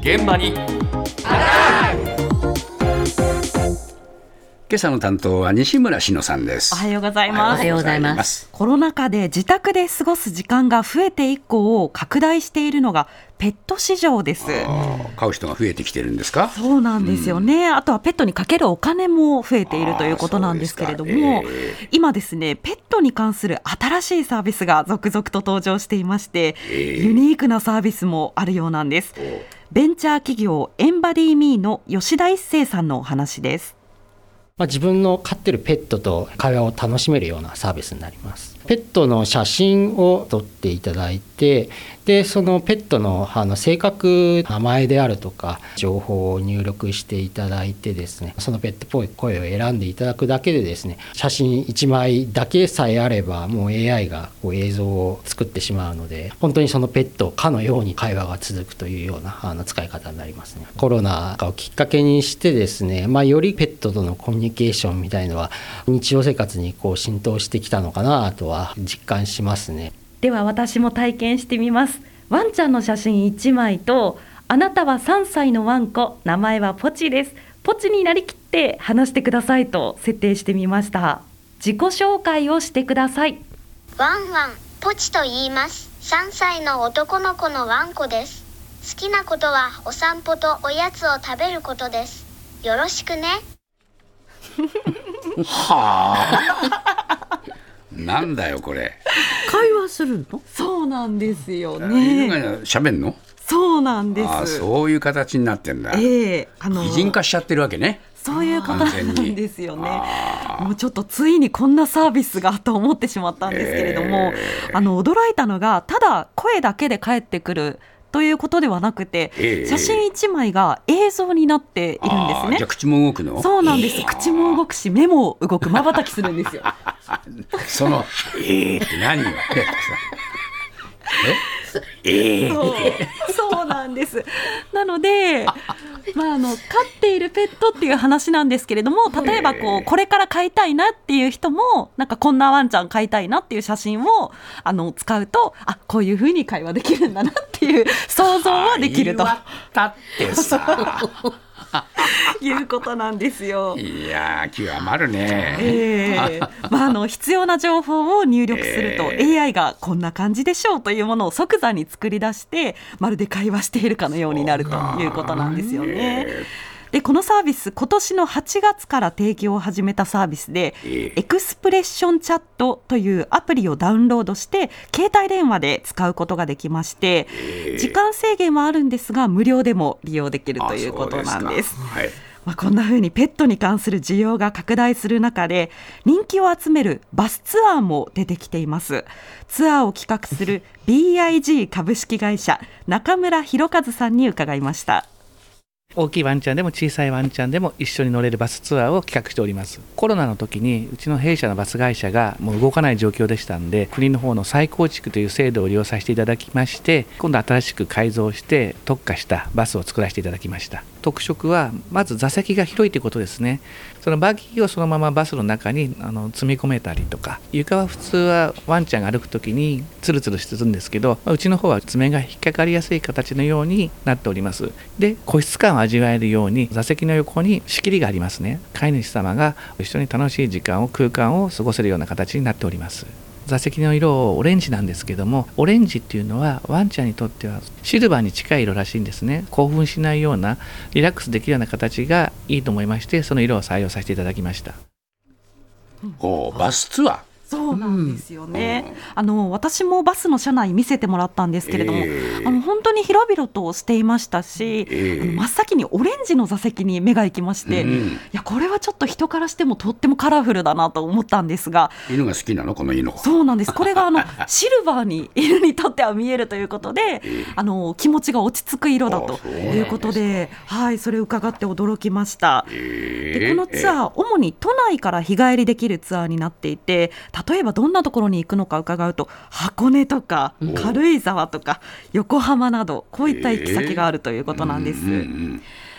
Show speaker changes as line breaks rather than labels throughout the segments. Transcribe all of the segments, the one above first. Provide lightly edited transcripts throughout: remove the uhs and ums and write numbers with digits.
現場に今朝の担当は西村篠さんです。
おはようございます。
おはようございます。
コロナ禍で自宅で過ごす時間が増えて以降拡大しているのがペット市場です。
飼う人が増えてきてるんですか？
そうなんですよね、あとはペットにかけるお金も増えているということなんですけれども、今ですね、ペットに関する新しいサービスが続々と登場していまして、ユニークなサービスもあるようなんです。ベンチャー企業エンバディミーの吉田一生さんのお話です。
自分の飼ってるペットと会話を楽しめるようなサービスになります。ペットの写真を撮っていただいて、でそのペットの正確名前であるとか情報を入力していただいてですね、そのペットっぽい声を選んでいただくだけでですね、写真1枚だけさえあればもう AI が映像を作ってしまうので、本当にそのペットかのように会話が続くというような使い方になりますね。コロナをきっかけにしてですね、よりペットとのコミュニケーションみたいのは日常生活に浸透してきたのかなとは実感しますね。
では私も体験してみます。ワンちゃんの写真1枚と、あなたは3歳のワンコ、名前はポチです、ポチになりきって話してくださいと設定してみました。自己紹介をしてください。
ワンワン、ポチと言います。3歳の男の子のワンコです。好きなことはお散歩とおやつを食べることです。よろしくね。
はあなんだよこれ。
会話するの？
そうなんですよね。
犬が喋んの？そうなんです。そういう形になってんだ。擬人化しちゃってるわけね。
そういうことなんですよね。もうちょっとついにこんなサービスがと思ってしまったんですけれども、驚いたのが、ただ声だけで返ってくるということではなくて、写真1枚が映像になっているんですね。
じゃあ口も動くの？そうなんです。
口も動くし目も動く、瞬きするんですよ
そのって何よ
そうなんです。なので飼っているペットっていう話なんですけれども、例えばこれから飼いたいなっていう人も、こんなワンちゃん飼いたいなっていう写真を使うと、こういう風に会話できるんだなっていう想像はできると
だってさ
いうことなんですよ。
いや極まるね。
必要な情報を入力すると、AI がこんな感じでしょうというものを即座に作り出して、まるで会話しているかのようになるということなんですよね。でこのサービス、今年の8月から提供を始めたサービスで、エクスプレッションチャットというアプリをダウンロードして携帯電話で使うことができまして、時間制限はあるんですが無料でも利用できるということなんです。こんな風にペットに関する需要が拡大する中で、人気を集めるバスツアーも出てきています。ツアーを企画する BIG 株式会社中村博和さんに伺いました。
大きいワンちゃんでも小さいワンちゃんでも一緒に乗れるバスツアーを企画しております。コロナの時にうちの弊社のバス会社がもう動かない状況でしたんで、国の方の再構築という制度を利用させていただきまして、今度新しく改造して特化したバスを作らせていただきました。特色はまず座席が広いということですね。そのバギーをそのままバスの中に積み込めたりとか、床は普通はワンちゃんが歩くときにツルツルしてるんですけど、うちの方は爪が引っかかりやすい形のようになっております。で個室感を味わえるように座席の横に仕切りがありますね。飼い主様が一緒に楽しい時間を空間を過ごせるような形になっております。座席の色オレンジなんですけども、オレンジっていうのはワンちゃんにとってはシルバーに近い色らしいんですね。興奮しないようなリラックスできるような形がいいと思いまして、その色を採用させていただきました。
バスツアー。
そうなんですよね。私もバスの車内見せてもらったんですけれども、本当に広々としていましたし、真っ先にオレンジの座席に目が行きまして、いやこれはちょっと人からしてもとってもカラフルだなと思ったんですが、
犬が好きなのこの犬。
そうなんです。これがシルバーに犬にとっては見えるということで、気持ちが落ち着く色だということで、それを伺って驚きました。でこのツアー、主に都内から日帰りできるツアーになっていて、例えばどんなところに行くのか伺うと、箱根とか軽井沢とか横浜など、こういった行き先があるということなんです。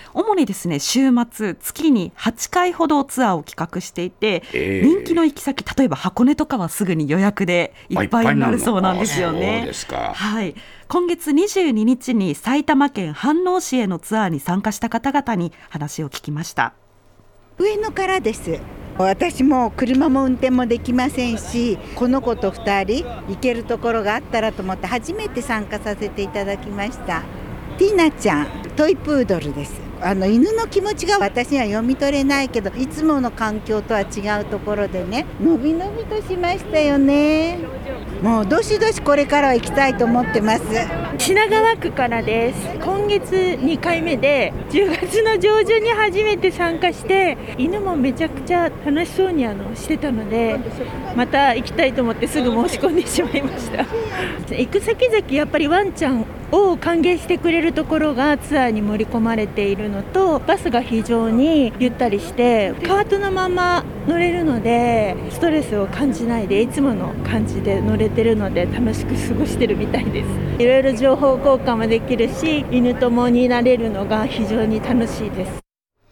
主にですね週末月に8回ほどツアーを企画していて、人気の行き先、例えば箱根とかはすぐに予約でいっぱいになるそうなんですよね。
そうですか。
はい、今月22日に埼玉県飯能市へのツアーに参加した方々に話を聞きました。
上野からです。私も車も運転もできませんし、この子と2人行けるところがあったらと思って初めて参加させていただきました。ティナちゃん、トイプードルです。犬の気持ちが私には読み取れないけど、いつもの環境とは違うところでね、のびのびとしましたよね。もうどしどしこれからは行きたいと思ってます。
品川区からです。今月2回目で10月の上旬に初めて参加して、犬もめちゃくちゃ楽しそうにしてたので、また行きたいと思ってすぐ申し込んでしまいました。行く先々やっぱりワンちゃんを歓迎してくれるところがツアーに盛り込まれているのと、バスが非常にゆったりしてカートのまま乗れるのでストレスを感じないでいつもの感じで乗れてるので楽しく過ごしてるみたいです。いろいろ情報交換もできるし、犬友になれるのが非常に楽しいです。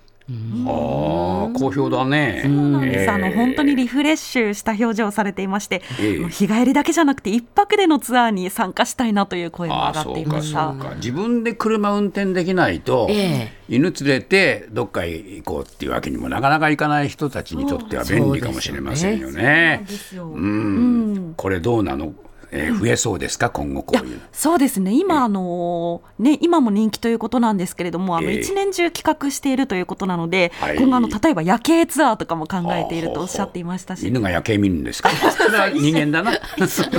好評だね。
そうなんです。本当にリフレッシュした表情をされていまして、日帰りだけじゃなくて1泊でのツアーに参加したいなという声も上がっていました。
そうか自分で車運転できないと、犬連れてどっか行こうっていうわけにもなかなか行かない人たちにとっては便利かもしれませんよね。これどうなの？増えそうですか今後こういう。
そうですね、今今も人気ということなんですけれども、一年中企画しているということなので、今後例えば夜景ツアーとかも考えているとおっしゃっていましたし。
犬が夜景見るんですか？それは人間だな。や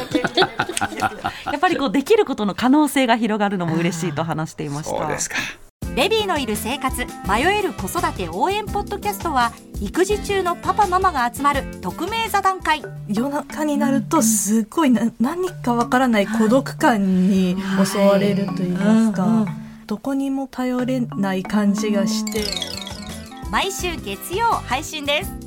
っぱりできることの可能性が広がるのも嬉しいと話していました。
そうですか。
ベビーのいる生活、迷える子育て応援ポッドキャストは、育児中のパパママが集まる匿名座談会。
夜中になるとすごい何かわからない孤独感に襲われるといいますか、どこにも頼れない感じがして。
毎週月曜配信です。